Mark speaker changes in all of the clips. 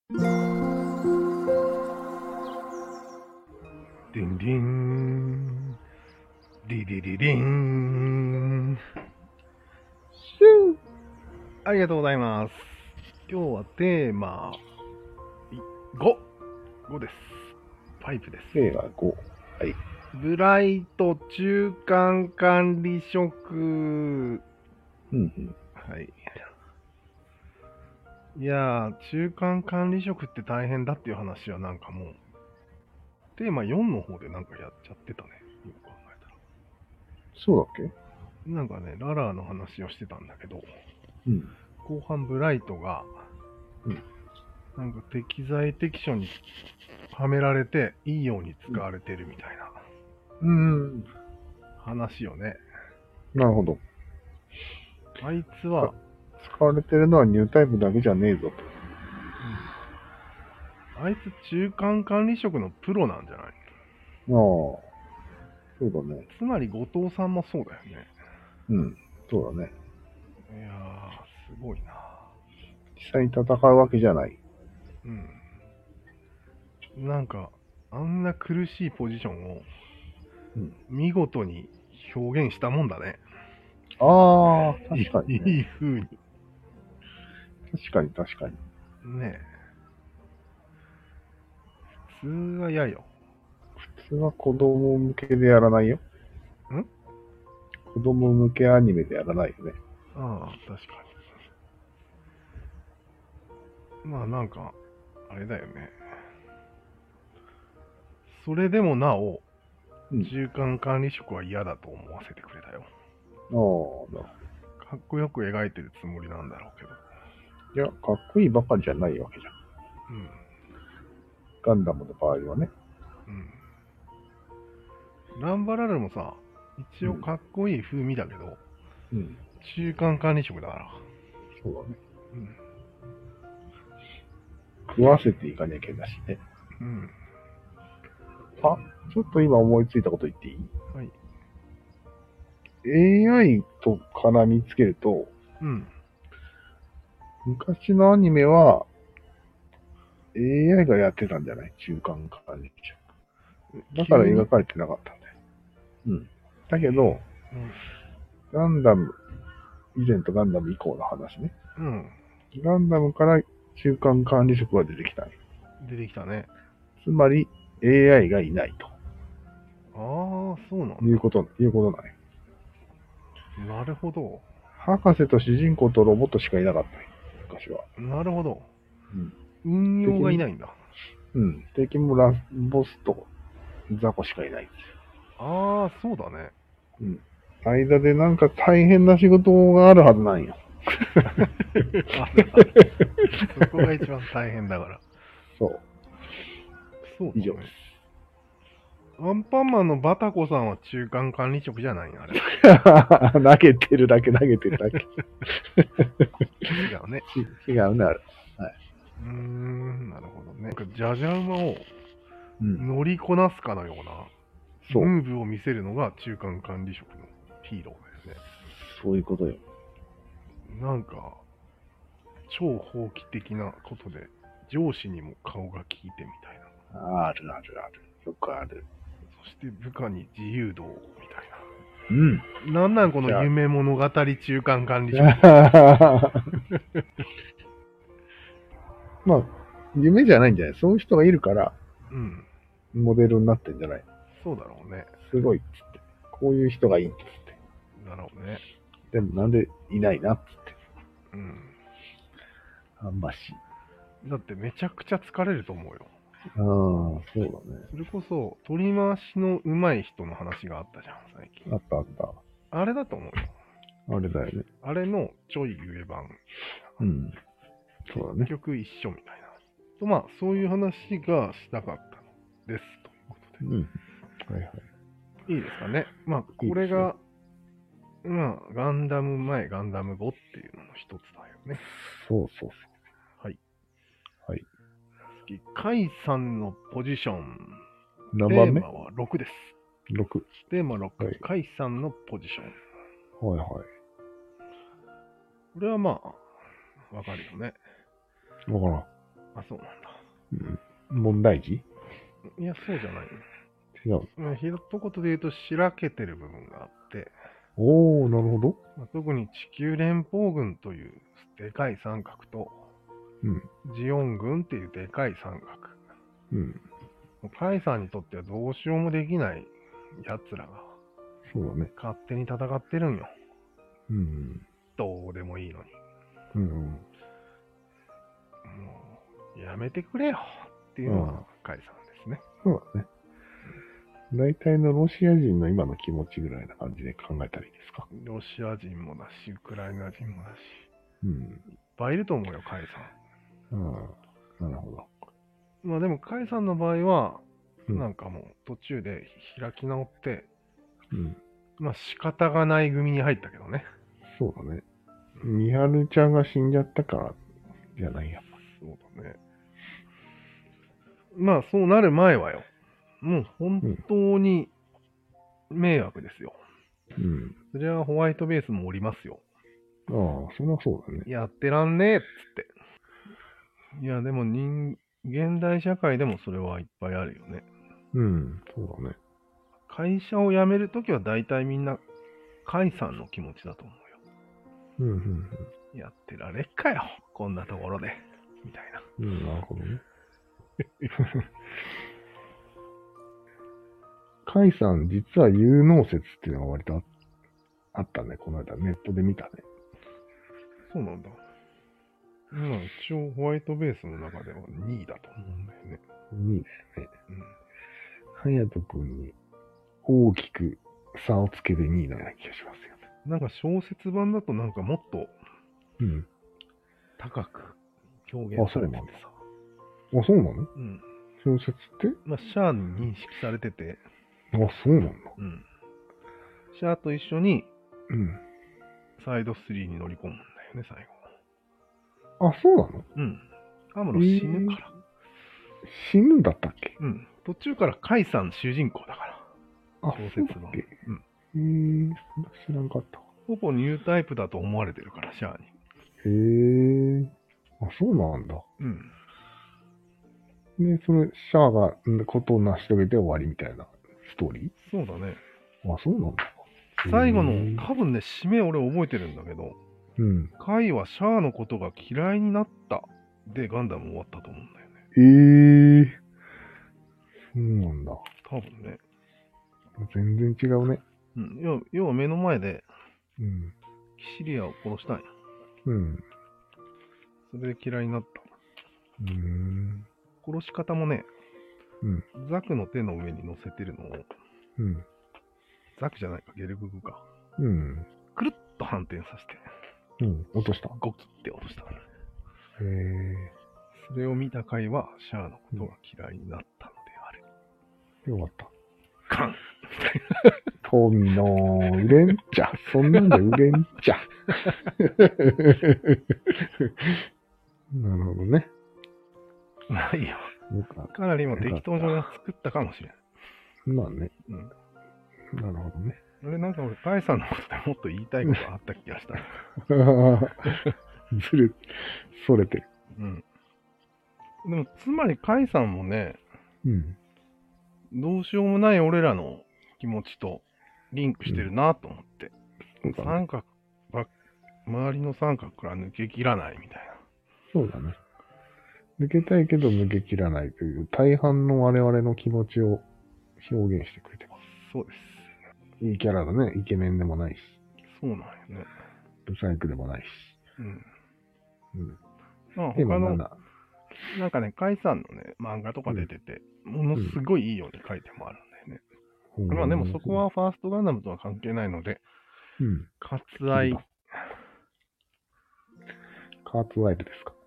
Speaker 1: ディンディン、ディディディディン。ありがとうございます。今日はテーマ5です。5です。
Speaker 2: テーマ5。はい。
Speaker 1: ブライト中間管理職。はい。いやー、中間管理職って大変だっていう話はなんかもう、テーマ4の方でなんかやっちゃってたね。よく考えたら。
Speaker 2: そうだっけ？
Speaker 1: なんかね、ララーの話をしてたんだけど、
Speaker 2: うん。
Speaker 1: 後半ブライトが、なんか適材適所にはめられていいように使われてるみたいな話よね。
Speaker 2: なるほど。
Speaker 1: あいつは
Speaker 2: 使われてるのはニュータイプだけじゃねえぞと。
Speaker 1: あいつ中間管理職のプロなんじゃない？
Speaker 2: ああ、そうだね。
Speaker 1: つまり後藤さんもそうだよね。
Speaker 2: そうだね。
Speaker 1: いやー、すごいな。
Speaker 2: 実際に戦うわけじゃない。
Speaker 1: なんか、あんな苦しいポジションを見事に表現したもんだね。
Speaker 2: ああ、確かにね。
Speaker 1: いい風に。
Speaker 2: 確かに。
Speaker 1: ねえ。普通は嫌よ。
Speaker 2: 普通は子供向けでやらないよ。子供向けアニメでやらないよね。
Speaker 1: ああ、確かに。まあなんか、あれだよね。それでもなお、中間管理職は嫌だと思わせてくれたよ。かっこよく描いてるつもりなんだろうけど。
Speaker 2: いや、かっこいいばかりじゃないわけじゃん。ガンダムの場合はね。
Speaker 1: ランバラルもさ、一応かっこいい風味だけど、中間管理職だから。
Speaker 2: そうだね。食わせていかなきゃいけないしね。あ、ちょっと今思いついたこと言っていい？
Speaker 1: はい。
Speaker 2: AI と絡みつけると、昔のアニメは AI がやってたんじゃない？中間管理職。だから描かれてなかったんだよ。だけど、ガンダム、以前とガンダム以降の話ね。ガンダムから中間管理職が出てきた。
Speaker 1: 出てきたね。
Speaker 2: つまり AI がいないと。
Speaker 1: ああ、そうなんだ。
Speaker 2: いうことない。
Speaker 1: なるほど。
Speaker 2: 博士と主人公とロボットしかいなかった。昔は。
Speaker 1: なるほど。運用がいないんだ。
Speaker 2: 敵もラスボスとザコしかいないんです
Speaker 1: よ。ああ、そうだね。
Speaker 2: 間でなんか大変な仕事があるはずなんよ。
Speaker 1: そこが一番大変だから。
Speaker 2: そう。以上です。
Speaker 1: アンパンマンのバタコさんは中間管理職じゃないのあれ。
Speaker 2: 投げてるだけ。違うね。違うね、あれ。はい。
Speaker 1: なるほどね。ジャジャ馬を乗りこなすかのようなムーブを見せるのが中間管理職のヒーローだよね。
Speaker 2: そういうことよ。
Speaker 1: なんか、超法規的なことで、上司にも顔が利いてみたい
Speaker 2: な。ある。よくある。
Speaker 1: そして部下に自由度みたいな。なんこの夢物語中間管理職。
Speaker 2: まあ、夢じゃないんじゃない？そういう人がいるから、モデルになってんじゃない？
Speaker 1: そうだろうね。
Speaker 2: すごいっつって。こういう人がいいっつって。
Speaker 1: だろうね。
Speaker 2: でもなんでいないなっつって。あんまし。
Speaker 1: だってめちゃくちゃ疲れると思うよ。
Speaker 2: そうだね。
Speaker 1: それこそ、取り回しの上手い人の話があったじゃん、最近。
Speaker 2: あった。
Speaker 1: あれだと思うよ。
Speaker 2: あれだよね。
Speaker 1: あれのちょい上版。
Speaker 2: そうだね。
Speaker 1: 結局一緒みたいな。まあ、そういう話がしたかったのです。ということで。いいですかね。まあ、これが、まあ、ガンダム前、ガンダム後っていうのの一つだよね。
Speaker 2: そう。
Speaker 1: はい。次、カイさんのポジション。
Speaker 2: 何番目？
Speaker 1: テーマは6です。
Speaker 2: 6。
Speaker 1: テーマ6、カイさんのポジション。これはまあ、わかるよね。
Speaker 2: わからん。
Speaker 1: あ、そうなんだ。
Speaker 2: 問題児？
Speaker 1: いや、そうじゃない。
Speaker 2: 違う。
Speaker 1: 一言で言うと、しらけてる部分があって、
Speaker 2: おー、なるほど。
Speaker 1: 特に地球連邦軍というでかい三角と、ジオン軍っていうでかい三角。カイさんにとってはどうしようもできない奴らが、
Speaker 2: そうだね。
Speaker 1: 勝手に戦ってるんよ。どうでもいいのに。もう、やめてくれよっていうのがカイさんですね。
Speaker 2: そうだね。大体のロシア人の今の気持ちぐらいな感じで考えたらいいですか。
Speaker 1: ロシア人もだし、ウクライナ人もだし。いっぱいいると思うよ、カイさん。
Speaker 2: なるほど。
Speaker 1: まあでも、カイさんの場合は、なんかもう途中で開き直って、まあ仕方がない組に入ったけどね。
Speaker 2: そうだね。みはるちゃんが死んじゃったからじゃないやっぱ。
Speaker 1: そうだね。まあそうなる前はよ。もう本当に迷惑ですよ。それはホワイトベースもおりますよ。
Speaker 2: ああ、それはそうだね。
Speaker 1: やってらんねえっつって。いや、でも現代社会でもそれはいっぱいあるよね。
Speaker 2: そうだね。
Speaker 1: 会社を辞めるときは大体みんな、甲斐さんの気持ちだと思うよ。やってられっかよ、こんなところで。みたいな。
Speaker 2: なるほどね。甲斐さん、実は有能説っていうのが割とあったね。この間ネットで見たね。
Speaker 1: そうなんだ。まあ一応ホワイトベースの中では2位だと思うんだよね。
Speaker 2: 2位だよね。隼人君に大きく差をつけて2位のような気がしますよね。
Speaker 1: なんか小説版だとなんかもっと高く表現されててさ。
Speaker 2: あ、そうなの？小説って？
Speaker 1: まあ、シャアに認識されてて。
Speaker 2: あ、そうなんだ。
Speaker 1: シャアと一緒に、サイド3に乗り込むんだよね、最
Speaker 2: 後。あ、そうなの？
Speaker 1: アムロ死ぬから。
Speaker 2: 死ぬんだったっけ？
Speaker 1: 途中からカイさん主人公だから。
Speaker 2: あ、小説の。知らんかった。
Speaker 1: ほぼニュータイプだと思われてるから、シャア
Speaker 2: に。あ、そうなんだ。で、それ、シャアがことを成し遂げて終わりみたいなストーリー？
Speaker 1: そうだね。
Speaker 2: あ、そうなんだ。
Speaker 1: 最後の、多分ね、締め俺覚えてるんだけど、カイはシャアのことが嫌いになったでガンダム終わったと思うんだよね。
Speaker 2: そうなんだ。
Speaker 1: 多分ね。
Speaker 2: 全然違うね。
Speaker 1: 要は目の前で、キシリアを殺したんや。それで嫌いになった。殺し方もね、ザクの手の上に乗せてるのを、ザクじゃないか、ゲルググか。くるっと反転させて、
Speaker 2: 落とした。
Speaker 1: ゴキって落とした。それを見た回は、シャアのことが嫌いになったのである。
Speaker 2: よかった。
Speaker 1: カン
Speaker 2: 富の売れんちゃ。そんなんで売れんちゃ。なるほどね。
Speaker 1: まあいいよ。かなりも適当に作ったかもしれない。
Speaker 2: まあね。なるほどね。
Speaker 1: なんか俺、カイさんのことでもっと言いたいことあった気がした。
Speaker 2: それてる。
Speaker 1: でも、つまりカイさんもね、どうしようもない俺らの気持ちとリンクしてるなと思って。三角周りの三角から抜けきらないみたいな。
Speaker 2: そうだね。抜けたいけど抜けきらないという大半の我々の気持ちを表現してくれてます。
Speaker 1: そうです。
Speaker 2: いいキャラだね。イケメンでもないし。
Speaker 1: そうなんよね。
Speaker 2: ブサイクでもないし。
Speaker 1: まあ他の、なんかね、カイさんのね、漫画とか出てて、ものすごいいいように書いてもあるんだよね。まあでもそこはファーストガンダムとは関係ないので、割愛。
Speaker 2: カーツワイルですか？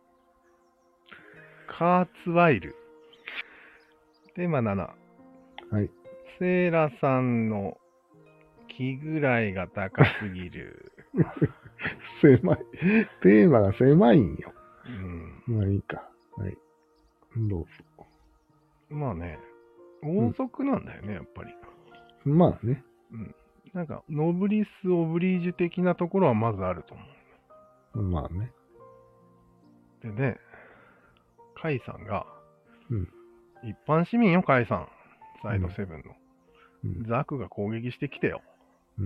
Speaker 1: カーツワイル。テーマ7。
Speaker 2: はい。
Speaker 1: セーラさんの気ぐらいが高すぎる。
Speaker 2: 狭い。テーマが狭いんよ。まあいいか。はい。どうぞ。
Speaker 1: まあね、王族なんだよね、やっぱり。
Speaker 2: まあね。
Speaker 1: なんか、ノブリス・オブリージュ的なところはまずあると思う。
Speaker 2: まあね。
Speaker 1: でね、 カイさんが、
Speaker 2: うん。
Speaker 1: 一般市民よ、カイさん。サイドセブンの。
Speaker 2: うん。
Speaker 1: ザクが攻撃してきてよ。
Speaker 2: うん。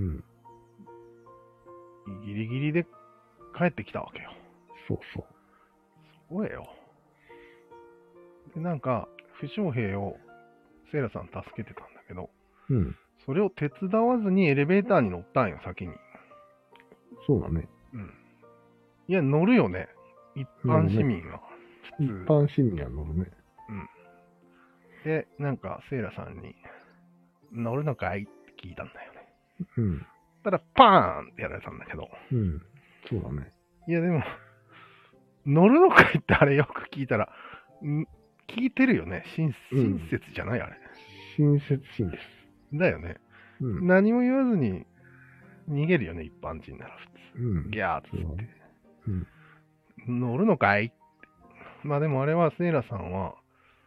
Speaker 1: ギリギリで帰ってきたわけよ。
Speaker 2: そうそう。
Speaker 1: すごいよ。で、なんか、負傷兵をセイラさん助けてたんだけど、
Speaker 2: うん。
Speaker 1: それを手伝わずにエレベーターに乗ったんよ、先に。
Speaker 2: そうだね。
Speaker 1: うん。いや、乗るよね。一般市民は。
Speaker 2: 一般市民は乗るね。
Speaker 1: うん。で、なんか、セイラさんに、乗るのかいって聞いたんだよね。
Speaker 2: うん。
Speaker 1: ただ、パーンってやられたんだけど。
Speaker 2: うん。そうだね。
Speaker 1: いや、でも、乗るのかいってあれよく聞いたら、聞いてるよね。親切じゃないあれ。
Speaker 2: 親切心です。
Speaker 1: だよね。
Speaker 2: うん。
Speaker 1: 何も言わずに逃げるよね、一般人なら普通。
Speaker 2: うん。
Speaker 1: ギャーっつって。
Speaker 2: うん。
Speaker 1: 乗るのかいって。まあでもあれはセイラさんは、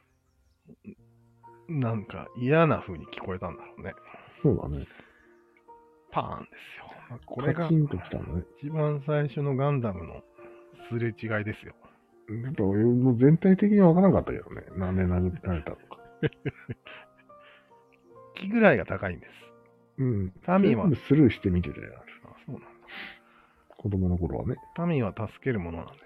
Speaker 1: なんか嫌な風に聞こえたんだろうね。
Speaker 2: そうだね。
Speaker 1: パーンですよ。まあこれが
Speaker 2: カチンときたんだね。
Speaker 1: 一番最初のガンダムのすれ違いですよ。
Speaker 2: やっぱ俺も全体的にわからなかったけどね。なんで殴られたのか。
Speaker 1: 気ぐらいが高いんです。
Speaker 2: うん。
Speaker 1: タミーは
Speaker 2: 全部スルーして見てたよ。
Speaker 1: あ、そうなんだ。
Speaker 2: 子供の頃はね。
Speaker 1: タミーは助けるものなんです。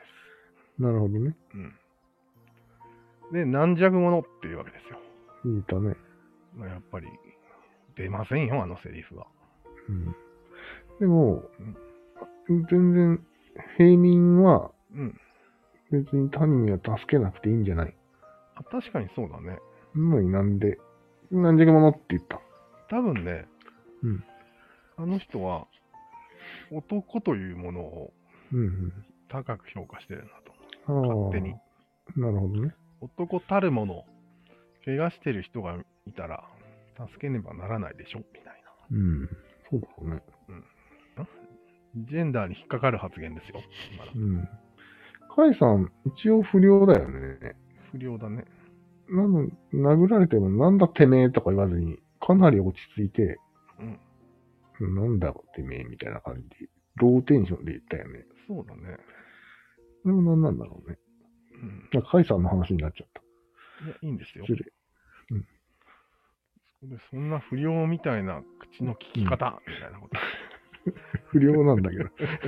Speaker 2: なるほどね。
Speaker 1: うん。で、軟弱者っていうわけですよ。
Speaker 2: 言ったね。
Speaker 1: まあ、やっぱり出ませんよ、あのセリフは。
Speaker 2: うん。でも、全然平民は
Speaker 1: うん。
Speaker 2: 別にタミーは助けなくていいんじゃない。
Speaker 1: あ、確かにそうだね。
Speaker 2: のになんで、軟弱者って言った。
Speaker 1: 多分ね、
Speaker 2: うん。
Speaker 1: あの人は男というものを
Speaker 2: うん
Speaker 1: 高く評価してるんだと
Speaker 2: うん。
Speaker 1: 思う。勝手に。
Speaker 2: なるほどね。
Speaker 1: 男たるもの、怪我してる人がいたら助けねばならないでしょみたいな。
Speaker 2: うん。そうだろうね。
Speaker 1: ジェンダーに引っかかる発言ですよ。
Speaker 2: うん。カイさん、一応不良だよね。
Speaker 1: 不良だね。
Speaker 2: 殴られてもなんだてめえとか言わずに、かなり落ち着いて、
Speaker 1: うん。
Speaker 2: なんだろてめえみたいな感じで、ローテンションで言ったよね。
Speaker 1: そうだね。
Speaker 2: でもなんなんだろうね。
Speaker 1: うん。
Speaker 2: カイさんの話になっちゃった。
Speaker 1: いや、いいんですよ。
Speaker 2: 失礼。
Speaker 1: そんな不良みたいな口の利き方、みたいなこと。
Speaker 2: 不良なんだけど。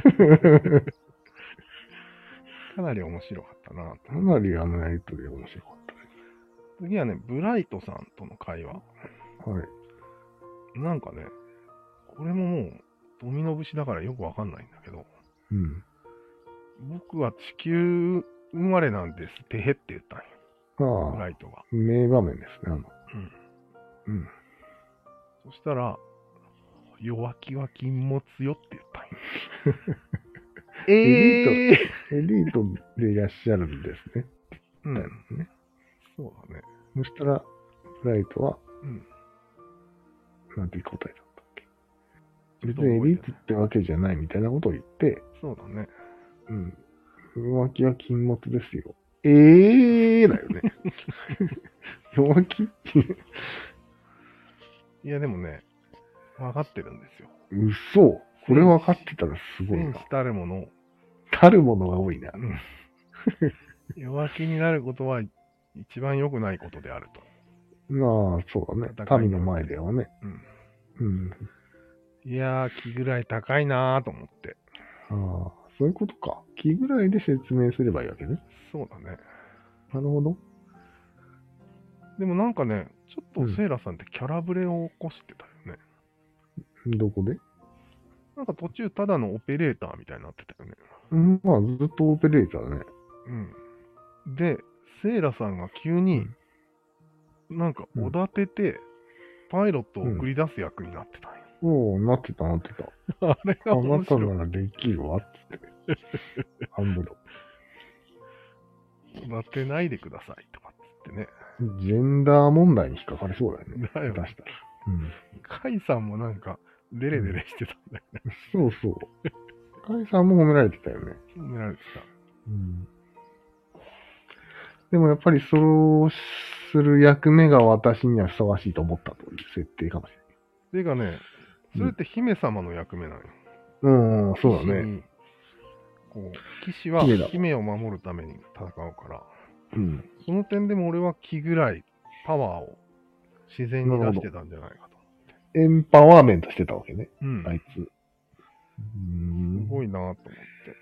Speaker 1: かなり面白かったなと。
Speaker 2: かなりあのやりとり面白かったね。
Speaker 1: 次はね、ブライトさんとの会話。
Speaker 2: はい。
Speaker 1: なんかね、これももう、ドミノ節だからよくわかんないんだけど、
Speaker 2: うん。
Speaker 1: 僕は地球生まれなんです、てへって言ったんよ。ブ
Speaker 2: ああ、
Speaker 1: ライトが。
Speaker 2: 名場面ですね、
Speaker 1: うん。
Speaker 2: うん。
Speaker 1: そしたら、弱気は禁物よって言ったんよ。
Speaker 2: エリートでいらっしゃるんですね。
Speaker 1: うん。
Speaker 2: ね。
Speaker 1: そうだね。
Speaker 2: そしたら、ブライトは、
Speaker 1: うん。
Speaker 2: なんていう答えだったっけ。別にエリートってわけじゃないみたいなことを言って、
Speaker 1: そうだね。
Speaker 2: うん。弱気は禁物ですよ。だよね。弱気っていう。
Speaker 1: いや、でもね、分かってるんですよ。
Speaker 2: 嘘。これ分かってたらすごいな。
Speaker 1: 戦士たるもの。
Speaker 2: たるものが多いな。
Speaker 1: うん。弱気になることは一番良くないことであると。
Speaker 2: まあ、そうだね。民の前ではね。
Speaker 1: うん。
Speaker 2: うん。
Speaker 1: いやー、気ぐらい高いなーと思って。
Speaker 2: ああ、そういうことか。気ぐらいで説明すればいいわけね。
Speaker 1: そうだね。
Speaker 2: なるほど。
Speaker 1: でもなんかね、ちょっとセイラさんってキャラブレを起こしてたよね。
Speaker 2: どこで？
Speaker 1: なんか途中ただのオペレーターみたいになってたよね。
Speaker 2: うん、まあずっとオペレーターだね。
Speaker 1: うん。で、セイラさんが急に、なんかおだてて、パイロットを送り出す役になってたんよ。
Speaker 2: おお、なってた。あ
Speaker 1: れが面白い。
Speaker 2: あなたならできるわ、つって。ハンブロ。
Speaker 1: おだてないでください、とかっつってね。
Speaker 2: ジェンダー問題に引っかかりそうだよね。
Speaker 1: だよね。
Speaker 2: 出したら。うん。
Speaker 1: カイさんもなんか、デレデレしてたんだよね。
Speaker 2: そうそう。カイさんも褒められてたよね。
Speaker 1: 褒められてた。
Speaker 2: うん。でもやっぱりそうする役目が私にはふさわしいと思ったという設定かもしれない。
Speaker 1: ていうかね、それって姫様の役目なのよ。
Speaker 2: うん、そうだね。
Speaker 1: こう騎士は姫を守るために戦うから。
Speaker 2: うん。
Speaker 1: その点でも俺は気ぐらいパワーを自然に出してたんじゃないかと。
Speaker 2: エンパワーメントしてたわけね。
Speaker 1: うん。
Speaker 2: あいつ。
Speaker 1: すごいなぁと思って。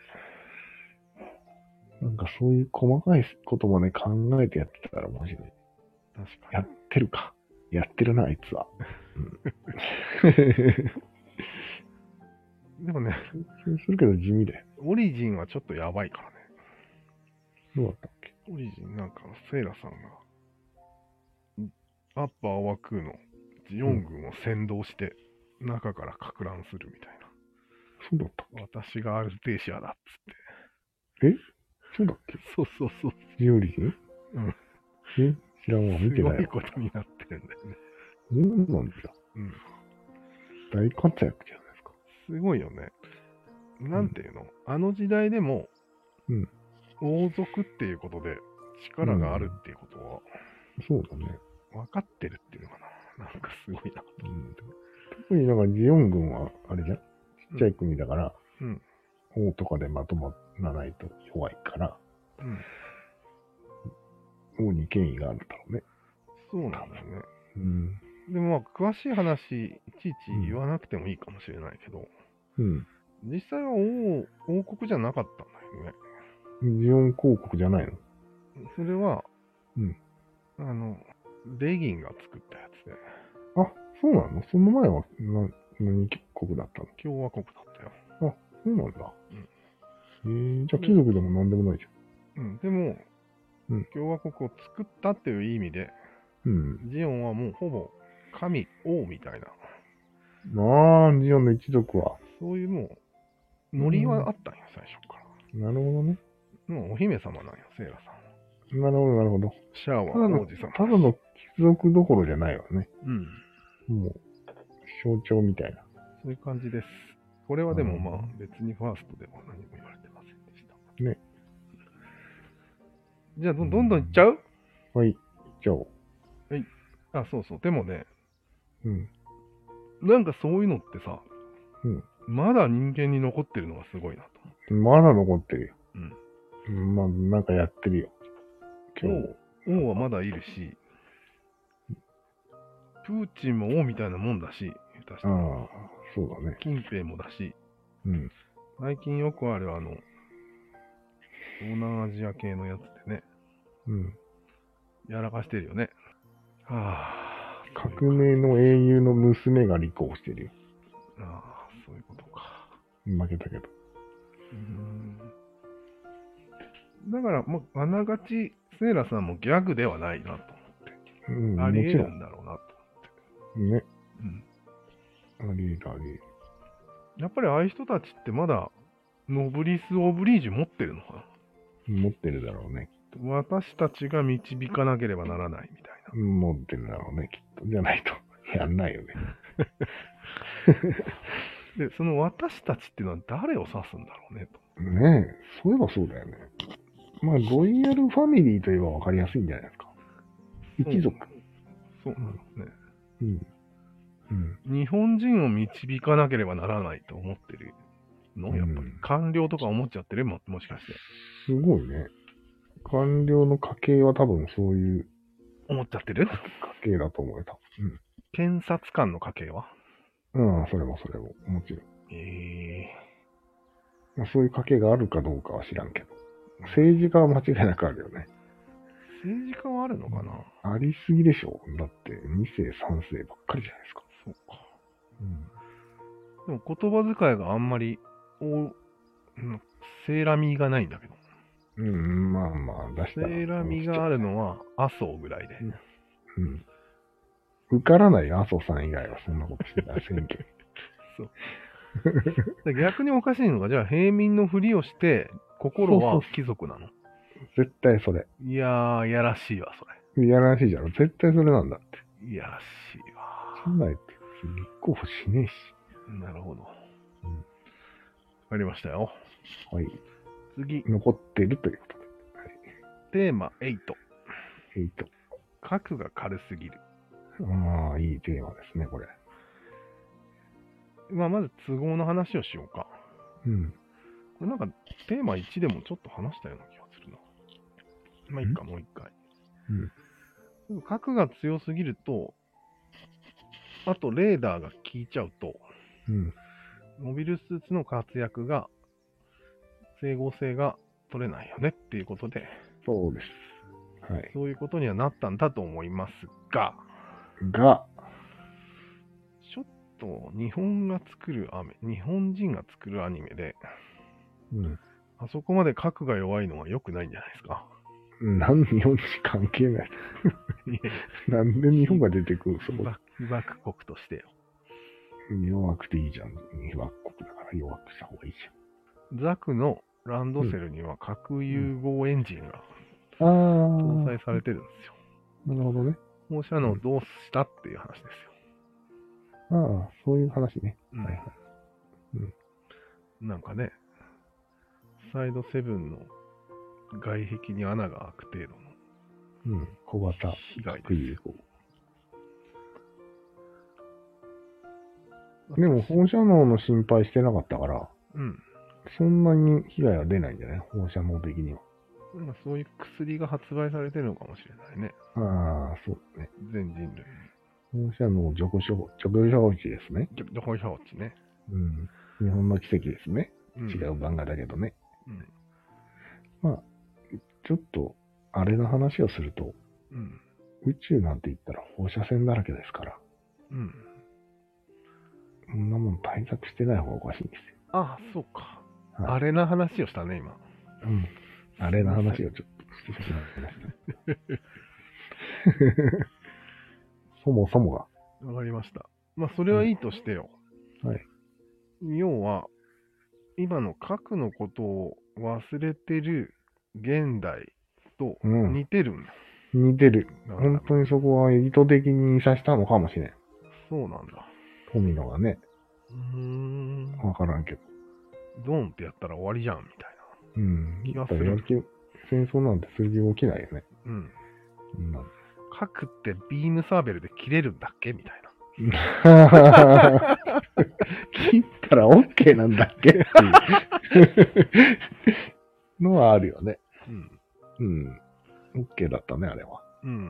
Speaker 2: なんかそういう細かいこともね、考えてやってたら面白い。
Speaker 1: 確かに。
Speaker 2: やってるか。やってるな、あいつは。
Speaker 1: でもね、
Speaker 2: するけど地味だよ。
Speaker 1: オリジンはちょっとやばいからね。
Speaker 2: どうだったっけ？
Speaker 1: オリジンなんかセイラさんがアッパーワクーのジオン軍を先導して中からか乱するみたいな。
Speaker 2: そうだったっ
Speaker 1: 私がアルテーシアだっつって。
Speaker 2: け？そうだっけ？
Speaker 1: そうそうそう。
Speaker 2: ジオリジン？
Speaker 1: うん。
Speaker 2: 知らんわ、見てないわ。
Speaker 1: すごいことになってるんだよね。
Speaker 2: そうなんだ。
Speaker 1: うん。
Speaker 2: 大活躍じゃないですか。
Speaker 1: すごいよね。なんていうの、あの時代でも、王族っていうことで力があるっていうことは、
Speaker 2: そうだね。
Speaker 1: 分かってるっていうのかな。なんかすごいな。
Speaker 2: 特になんかジオン軍は、あれじゃん。ちっちゃい国だから、王とかでまとまらないと弱いから、王に権威があるんだろうね。
Speaker 1: そうなんだよね。でもまあ、詳しい話、いちいち言わなくてもいいかもしれないけど、実際は王国じゃなかったんだよ
Speaker 2: ね。ジオン公国じゃないの？
Speaker 1: それは、レギンが作ったやつで。
Speaker 2: あ、そうなの？その前は何国だったの？
Speaker 1: 共和国だったよ。
Speaker 2: あ、そうなんだ。じゃあ貴族でも何でもないじ
Speaker 1: ゃん。でも、共和国を作ったっていう意味で、ジオンはもうほぼ神王みたいな。
Speaker 2: ジオンの一族は。
Speaker 1: そういうもう、ノリはあったんよ、最初から。
Speaker 2: なるほどね。
Speaker 1: もうお姫様なんよ、セイラさ
Speaker 2: ん。なるほど、なるほど。
Speaker 1: シャアは王子様。
Speaker 2: ただの貴族どころじゃないわね。もう、象徴みたいな。
Speaker 1: そういう感じです。これはでもまあ、別にファーストでは何も言われてませんでした。
Speaker 2: ね。
Speaker 1: じゃあどんどんいっちゃう？
Speaker 2: はい、いっちゃおう。
Speaker 1: はい。あ、そうそう。でもね、なんかそういうのってさ、まだ人間に残ってるのがすごいなと。
Speaker 2: まだ残ってるよ。まあ、なんかやってるよ。
Speaker 1: 王はまだいるし、プーチンも王みたいなもんだし、下手したら。
Speaker 2: そうだね。
Speaker 1: 近平もだし、最近よくある東南アジア系のやつでね、やらかしてるよね。
Speaker 2: 革命の英雄の娘が立候補してるよ。
Speaker 1: そういうことか。
Speaker 2: 負けたけど。
Speaker 1: だから、もう、あながち、セイラさんもギャグではないなと思って。あり得るんだろうなと
Speaker 2: 思って。ね。あり得る、あり得る。
Speaker 1: やっぱりああいう人たちってまだ、ノブリス・オブリージュ持ってるのかな？
Speaker 2: 持ってるだろうね。
Speaker 1: 私たちが導かなければならないみたいな。
Speaker 2: 持ってるだろうね、きっと。じゃないと、やんないよね。
Speaker 1: で、その私たちっていうのは誰を指すんだろうねと。
Speaker 2: ねえ、そういえばそうだよね。まあ、ロイヤルファミリーといえば分かりやすいんじゃないですか。一族。
Speaker 1: そうなのね。日本人を導かなければならないと思ってるの、やっぱり。官僚とか思っちゃってるもしかして。
Speaker 2: すごいね。官僚の家系は多分そういう。
Speaker 1: 思っちゃってる？
Speaker 2: 家系だと思えた。
Speaker 1: 検察官の家系は？
Speaker 2: それも、もちろん。まあ、そういう家系があるかどうかは知らんけど。政治家は間違いなくあるよね。
Speaker 1: 政治家はあるのかな？
Speaker 2: ありすぎでしょ。だって、2世、3世ばっかりじゃないですか。
Speaker 1: そうか。でも言葉遣いがあんまり、セーラミーがないんだけど。
Speaker 2: まあまあ、出したら。
Speaker 1: セーラミーがあるのは麻生ぐらいで。
Speaker 2: 受からないよ、麻生さん以外はそんなことしてたら選挙。
Speaker 1: そう。逆におかしいのが、じゃあ平民のふりをして、心は貴族なの？
Speaker 2: 絶対それ。
Speaker 1: いやー、やらしいわ、それ。
Speaker 2: いやらしいじゃん。絶対それなんだって。
Speaker 1: いやらしいわ。
Speaker 2: そんなやつ、立候補しねえし。
Speaker 1: なるほど。わかりましたよ。
Speaker 2: はい。
Speaker 1: 次。
Speaker 2: 残ってるということで。
Speaker 1: テーマ8。核が軽すぎる。
Speaker 2: いいテーマですね、これ。
Speaker 1: まず都合の話をしようか。これなんかテーマ1でもちょっと話したような気がするまあいいか、もう一回。核が強すぎると、あとレーダーが効いちゃうと、モビルスーツの活躍が、整合性が取れないよねっていうことで、
Speaker 2: そうです。はい。
Speaker 1: そういうことにはなったんだと思いますが、ちょっと日本人が作るアニメで、あそこまで核が弱いのは良くないんじゃないですか。
Speaker 2: なんで日本人関係ないなんで日本が出てくる
Speaker 1: 被爆国としてよ。
Speaker 2: 弱くていいじゃん。被爆国だから弱くした方がいいじ
Speaker 1: ゃん。ザクのランドセルには核融合エンジンが搭載されてるんですよ。
Speaker 2: なるほどね。
Speaker 1: 放射能どうしたっていう話です
Speaker 2: よ。ああ、そういう話ね。はいはい。
Speaker 1: なんかね、サイド7の外壁に穴が開く程度の
Speaker 2: 小型
Speaker 1: 被害ですよ。
Speaker 2: でも放射能の心配してなかったから、そんなに被害は出ないんじゃない？放射能的には。
Speaker 1: そういう薬が発売されてるのかもしれないね。
Speaker 2: ああ、そうね。
Speaker 1: 全人類
Speaker 2: に。放射能除去処置ですね。
Speaker 1: 除去処置ね。
Speaker 2: 日本の奇跡ですね。違う漫画だけどね。まあ、ちょっと、あれの話をすると、宇宙なんて言ったら放射線だらけですから。そんなもん対策してない方がおかしいんですよ。
Speaker 1: ああ、そうか。あれな話をしたね、今。
Speaker 2: あれの話をちょっとしてしまいました。そもそもが。
Speaker 1: わかりました。まあ、それはいいとしてよ。要は、今の核のことを忘れてる現代と似てるんだ。
Speaker 2: 似てる。本当にそこは意図的にさしたのかもしれん。
Speaker 1: そうなんだ。
Speaker 2: 富野がね。わからんけど。
Speaker 1: ドーンってやったら終わりじゃん、みたいな。気がす
Speaker 2: る。戦争なんてすぐ起きないよね。
Speaker 1: 核ってビームサーベルで切れるんだっけみたいな。
Speaker 2: 切ったら OK なんだっけっていうのはあるよね。OK だったね、あれは。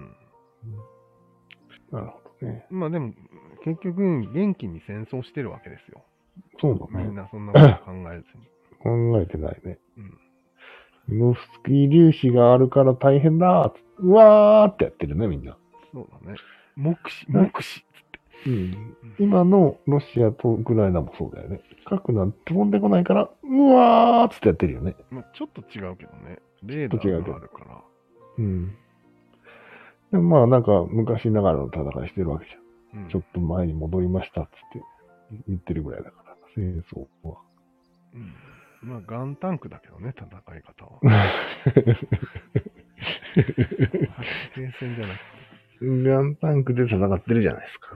Speaker 2: なるほどね。
Speaker 1: まあでも、結局、元気に戦争してるわけですよ。
Speaker 2: そうだね。
Speaker 1: みんなそんなこと考えずに。
Speaker 2: 考えてないね。ミノフスキー粒子があるから大変だうわーってやってるね、みんな。
Speaker 1: そうだね。目視つって。
Speaker 2: 今のロシアとウクライナもそうだよね。核なんて飛んでこないから、うわーっつってやってるよね。
Speaker 1: まあ、ちょっと違うけどね。レーダーがあるから。
Speaker 2: でもまあなんか昔ながらの戦いしてるわけじゃん。ちょっと前に戻りましたっつって言ってるぐらいだから、戦争は。
Speaker 1: まあガンタンクだけどね、戦い方は。停戦じゃなくて。
Speaker 2: ガンタンクで戦ってるじゃないですか。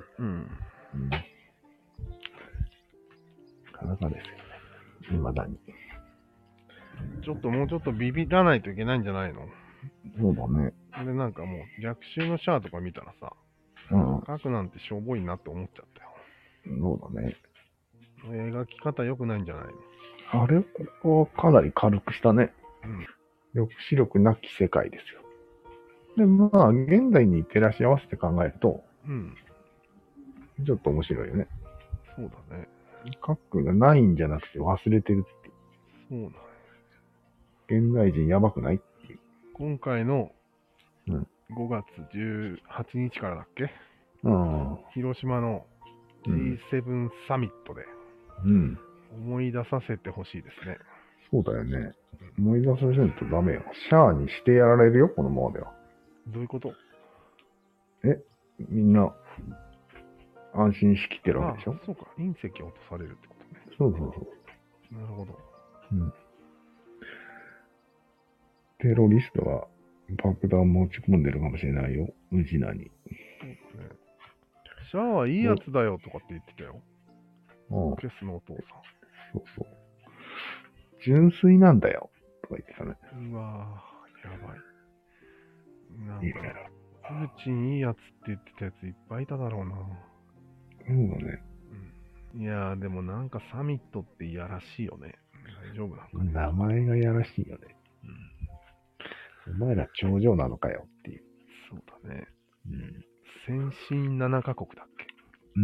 Speaker 2: なかなかですよね。未だに。
Speaker 1: もうちょっとビビらないといけないんじゃないの？
Speaker 2: そうだね。
Speaker 1: で、なんかもう逆襲のシャアとか見たらさ、核なんてしょぼいなって思っちゃったよ。
Speaker 2: そうだね。
Speaker 1: 描き方良くないんじゃない
Speaker 2: の？あれはかなり軽くしたね。抑止力なき世界ですよ。で、まあ、現代に照らし合わせて考えると、ちょっと面白いよね。
Speaker 1: そうだね。
Speaker 2: 核がないんじゃなくて忘れてるっていう。
Speaker 1: そうだね。
Speaker 2: 現代人やばくないっていう。
Speaker 1: 今回の5月18日からだっけ？広島の G7 サミットで思い出させてほしいですね。
Speaker 2: そうだよね。思い出させないとダメよ。シャアにしてやられるよ、このままでは。
Speaker 1: どういうこと？
Speaker 2: みんな安心しきってるわけでしょ？
Speaker 1: そうか。隕石落とされるってことね。
Speaker 2: そう。
Speaker 1: なるほど。
Speaker 2: テロリストが爆弾持ち込んでるかもしれないよ。宇治なに。
Speaker 1: シャアはいいやつだよとかって言ってたよ。ケスのお父さん。
Speaker 2: そう。純粋なんだよ。とか言ってたね。
Speaker 1: うわぁ、やばい。なんか、プーチンいいやつって言ってたやついっぱいいただろうな。
Speaker 2: そうだね。
Speaker 1: いやー、でもなんかサミットっていやらしいよね。大丈夫なんかね。
Speaker 2: 名前がやらしいよね。 前ら頂上なのかよっていう。
Speaker 1: そうだね。
Speaker 2: うん。
Speaker 1: 先進7カ国だっけ。
Speaker 2: うん。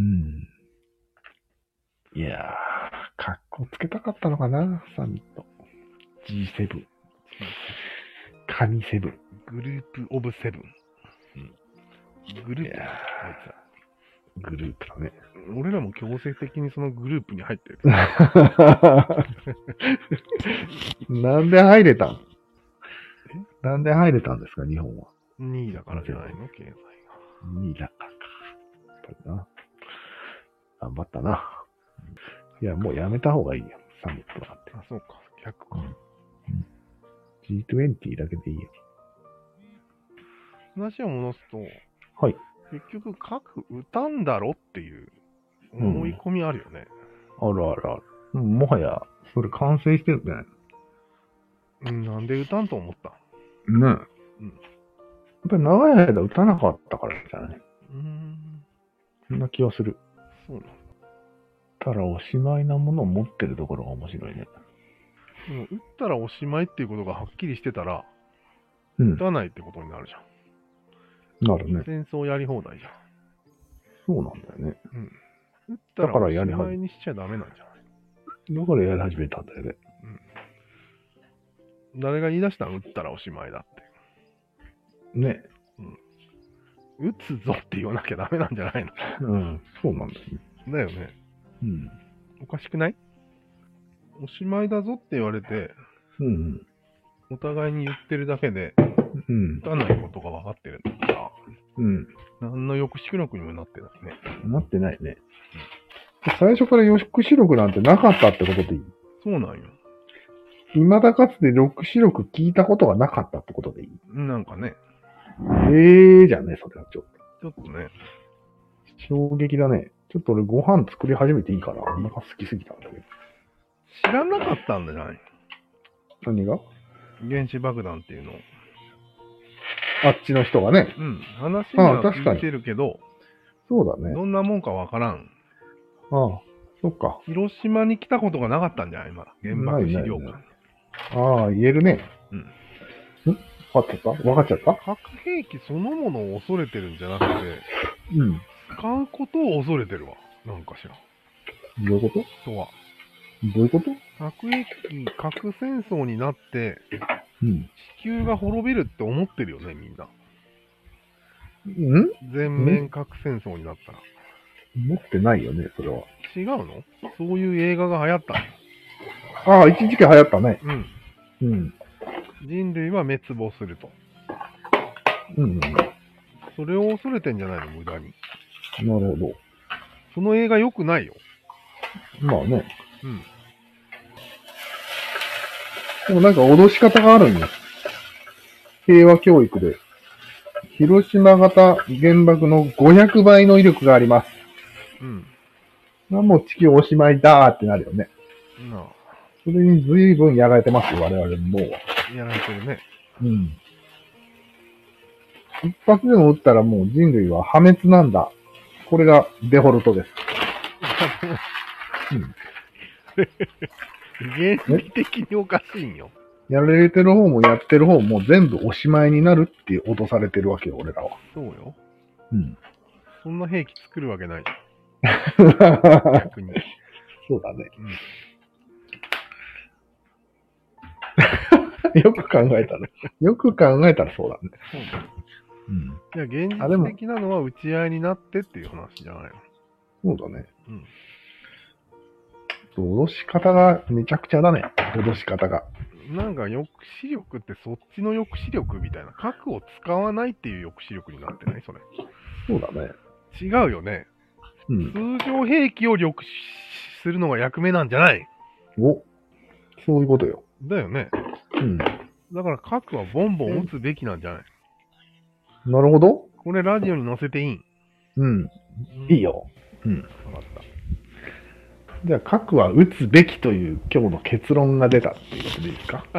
Speaker 2: いやー、格好つけたかったのかな、サミット。G7。神セブン。
Speaker 1: グループオブセブン。グループだ、あいつら。
Speaker 2: グループだね。
Speaker 1: 俺らも強制的にそのグループに入ってる。
Speaker 2: なんで入れたんなんで入れたんですか、日本は。
Speaker 1: 2位だからじゃないの、経済が。
Speaker 2: 2位だからか。やっぱりな。頑張ったな。いや、もうやめた方がいいよ、サミットなんて。
Speaker 1: あ、そうか、逆か。
Speaker 2: G20 だけでいいよ。
Speaker 1: 話を戻すと、
Speaker 2: はい。
Speaker 1: 結局、核撃たんだろっていう思い込みあるよね。
Speaker 2: あるあるある。もはや、それ完成してるね。
Speaker 1: なんで撃たんと思った？
Speaker 2: ねえ。うん。やっぱり長い間撃たなかったからじゃない？そんな気はする。
Speaker 1: そうなんだ。
Speaker 2: ただおしまいなものを持ってるところが面白いね。
Speaker 1: でも撃ったらおしまいっていうことがはっきりしてたら、撃たないってことになるじゃん。なるね。戦争やり放題じゃん。そうなんだよね。撃ったらおしまいにしちゃダメなんじゃない？だからやり始めたんだよね。誰が言い出したの？撃ったらおしまいだって。ね。撃つぞって言わなきゃダメなんじゃないの？そうなんだよね。だよね。おかしくない？おしまいだぞって言われて、お互いに言ってるだけで、撃たないことが分かってるんだから、何の抑止力にもなってないね。なってないね。最初から抑止力なんてなかったってことでいい？そうなんよ。未だかつて抑止力聞いたことがなかったってことでいい？なんかね。じゃね、それはちょっと。ちょっとね。衝撃だね。ちょっと俺ご飯作り始めていいかな。お腹空きすぎたんだけど。知らなかったんじゃない？何が？原子爆弾っていうの。あっちの人がね。話には聞いてるけど、そうだね。どんなもんかわからん。ああ、そっか。広島に来たことがなかったんじゃない？まだ。原爆資料館。ああ、言えるね。わかっちゃった？わかっちゃった？核兵器そのものを恐れてるんじゃなくて、使うことを恐れてるわ。なんかしら。どういうこと？とは。どういうこと？核兵器、核戦争になって、地球が滅びるって思ってるよね、みんな。全面核戦争になったら。思ってないよね、それは。違うの？そういう映画が流行ったの？ああ、一時期流行ったね。人類は滅亡すると。それを恐れてんじゃないの、無駄に。なるほど。その映画良くないよ。まあね。でもなんか脅し方があるんです。平和教育で。広島型原爆の500倍の威力があります。もう地球おしまいだーってなるよね。それに随分やられてますよ、我々もう。やられてるね。一発でも撃ったらもう人類は破滅なんだ。これがデフォルトです。原理的におかしいんよ。やられてる方もやってる方も全部おしまいになるって脅されてるわけよ、俺らは。そうよ。そんな兵器作るわけない。逆に。そうだね。よく考えたら。よく考えたらそうだね。そうだね。いや、現実的なのは打ち合いになってっていう話じゃないの。そうだね。脅し方がめちゃくちゃだね。脅し方が。なんか抑止力ってそっちの抑止力みたいな。核を使わないっていう抑止力になってないそれ。そうだね。違うよね。通常兵器を抑止するのが役目なんじゃない？そういうことよ。だよね。だから核はボンボン撃つべきなんじゃない？なるほど。これラジオに載せていいん？いいよ。わかった。じゃあ、核は撃つべきという今日の結論が出たっていうことでいいですか？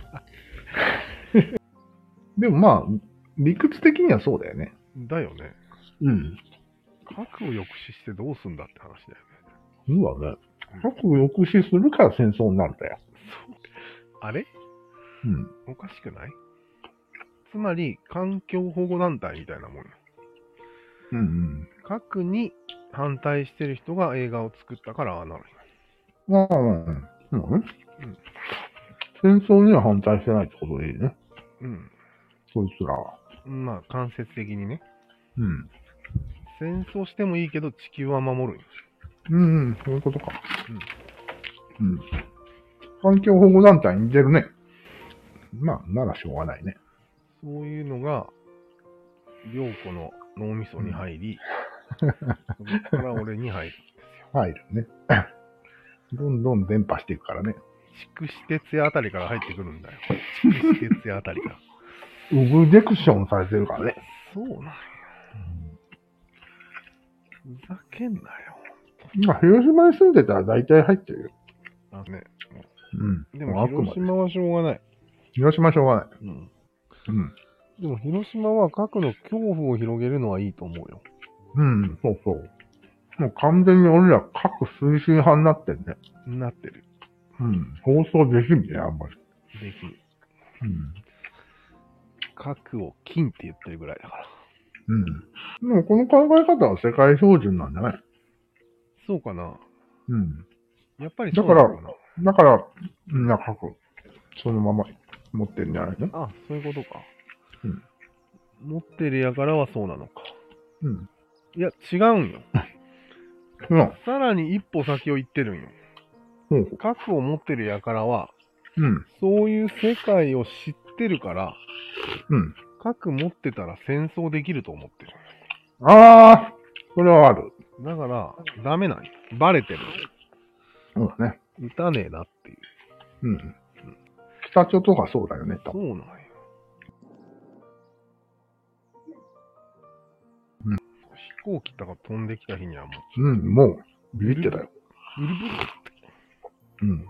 Speaker 1: でもまあ、理屈的にはそうだよね。だよね。核を抑止してどうすんだって話だよね。そうだね。核を抑止するから戦争になるんだよ。あれ？おかしくない？ つまり、環境保護団体みたいなもんよ。
Speaker 2: うんうん。
Speaker 1: 核に反対してる人が映画を作ったからああなる
Speaker 2: まあ、戦争には反対してないってことでいいね。
Speaker 1: うん。
Speaker 2: そいつらは。
Speaker 1: まあ、間接的にね。
Speaker 2: うん。
Speaker 1: 戦争してもいいけど地球は守るんよ。
Speaker 2: そういうことか。環境保護団体に似てるね。まあ、ならしょうがないね。
Speaker 1: そういうのが、良子の脳みそに入り、そこから俺に入るんですよ。
Speaker 2: 入るね。どんどん伝播していくからね。
Speaker 1: 筑紫哲也あたりから入ってくるんだよ。筑紫哲也あたりから。
Speaker 2: オブジェクションされてるからね。
Speaker 1: そうなんや。ふざけんなよ。
Speaker 2: まあ、広島に住んでたら大体入ってるよ。
Speaker 1: あね。
Speaker 2: で
Speaker 1: も広島はしょうがない。
Speaker 2: 広島はしょうがない。
Speaker 1: でも広島は核の恐怖を広げるのはいいと思うよ。
Speaker 2: そうそう。もう完全に俺ら核推進派になってんね。
Speaker 1: なってる。
Speaker 2: 放送できんね、あんまり。
Speaker 1: できん。核を金って言ってるぐらいだから。
Speaker 2: でもこの考え方は世界標準なんじゃない？
Speaker 1: そうかな。やっぱり
Speaker 2: そうなのかな。だから、みんな核、そのまま持ってるんじゃないの？
Speaker 1: あ、そういうことか。持ってるやからはそうなのか。いや、違うんよ。さらに一歩先を行ってるんよ。核を持ってるやからは、そういう世界を知ってるから、核持ってたら戦争できると思ってる。
Speaker 2: ああ、それはある。
Speaker 1: だから、ダメなんよ。バレてる。
Speaker 2: そうだね。
Speaker 1: 撃たねえなっていう。
Speaker 2: 北朝とかそうだよね、
Speaker 1: そうなんよ。飛行機とか飛んできた日にはもう。
Speaker 2: もう、ビビってたよ。
Speaker 1: ビリビリって。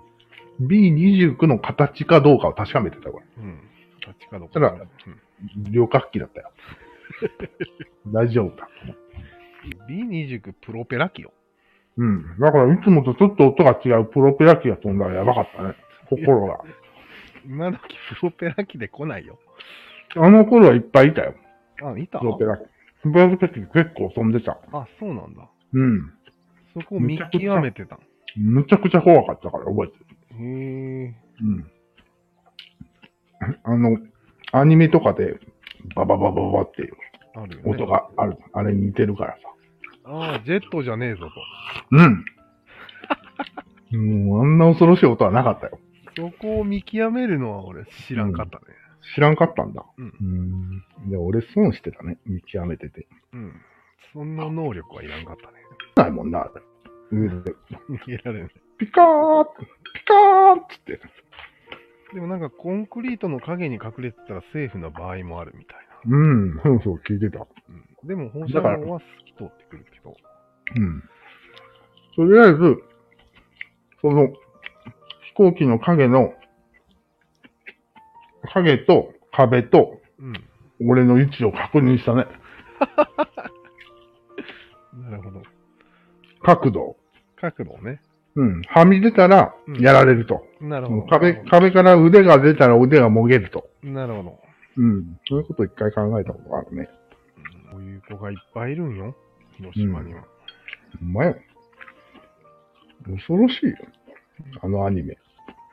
Speaker 2: B29 の形かどうかを確かめてたよ、これ。
Speaker 1: 形かどうか。
Speaker 2: ただ、旅客機だったよ。大丈夫だ。
Speaker 1: B29 プロペラ機よ。
Speaker 2: だからいつもとちょっと音が違うプロペラ機が飛んだらやばかったね。心が。
Speaker 1: 今時プロペラ機で来ないよ。
Speaker 2: あの頃はいっぱいいたよ。
Speaker 1: あ、いた？
Speaker 2: プロペラ機。プロペラ機結構飛んでた。
Speaker 1: あ、そうなんだ。そこ
Speaker 2: を
Speaker 1: 見極めてた。
Speaker 2: むちゃくちゃ怖かったから覚えてる。
Speaker 1: へえ。
Speaker 2: アニメとかでバババババっていう
Speaker 1: あるよね。
Speaker 2: 音がある。あれに似てるからさ。
Speaker 1: ああ、ジェットじゃねえぞと。
Speaker 2: もうあんな恐ろしい音はなかったよ。
Speaker 1: そこを見極めるのは俺知らんかったね。
Speaker 2: 知らんかったんだ。で、俺損してたね。見極めてて。
Speaker 1: そんな能力はいらんかったね。
Speaker 2: ないもんな、あれ。上で。
Speaker 1: 逃げられない。
Speaker 2: ピカーピカーって言って。
Speaker 1: でもなんかコンクリートの影に隠れてたらセーフな場合もあるみたい
Speaker 2: な。そうそう、聞いてた。
Speaker 1: でも放射能は透き通ってくるけど。
Speaker 2: とりあえず、その、飛行機の影と壁と、俺の位置を確認したね。
Speaker 1: なるほど。
Speaker 2: 角度
Speaker 1: をね。
Speaker 2: はみ出たら、やられると。
Speaker 1: なるほど。
Speaker 2: 壁から腕が出たら腕がもげると。
Speaker 1: なるほど。
Speaker 2: そういうことを一回考えたことがあるね。
Speaker 1: こういう子がいっぱいいるんよ。広島には。
Speaker 2: ほんまよ。恐ろしいよ。あのアニメ。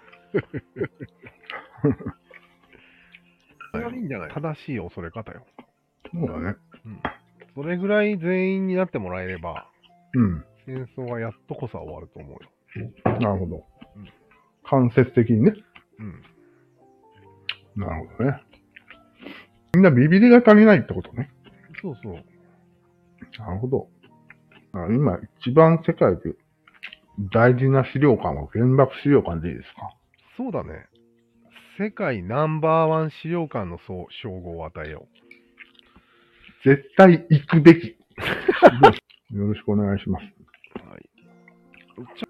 Speaker 1: 正しい恐れ方よ。
Speaker 2: そうだね。
Speaker 1: それぐらい全員になってもらえれば、戦争はやっとこそ終わると思うよ。
Speaker 2: なるほど。間接的にね。なるほどね。みんなビビりが足りないってことね。
Speaker 1: そうそう。
Speaker 2: なるほど。今一番世界で大事な資料館は原爆資料館でいいですか？
Speaker 1: そうだね。世界ナンバーワン資料館の称号を与えよ
Speaker 2: う。絶対行くべき。よろしくお願いします。
Speaker 1: はい。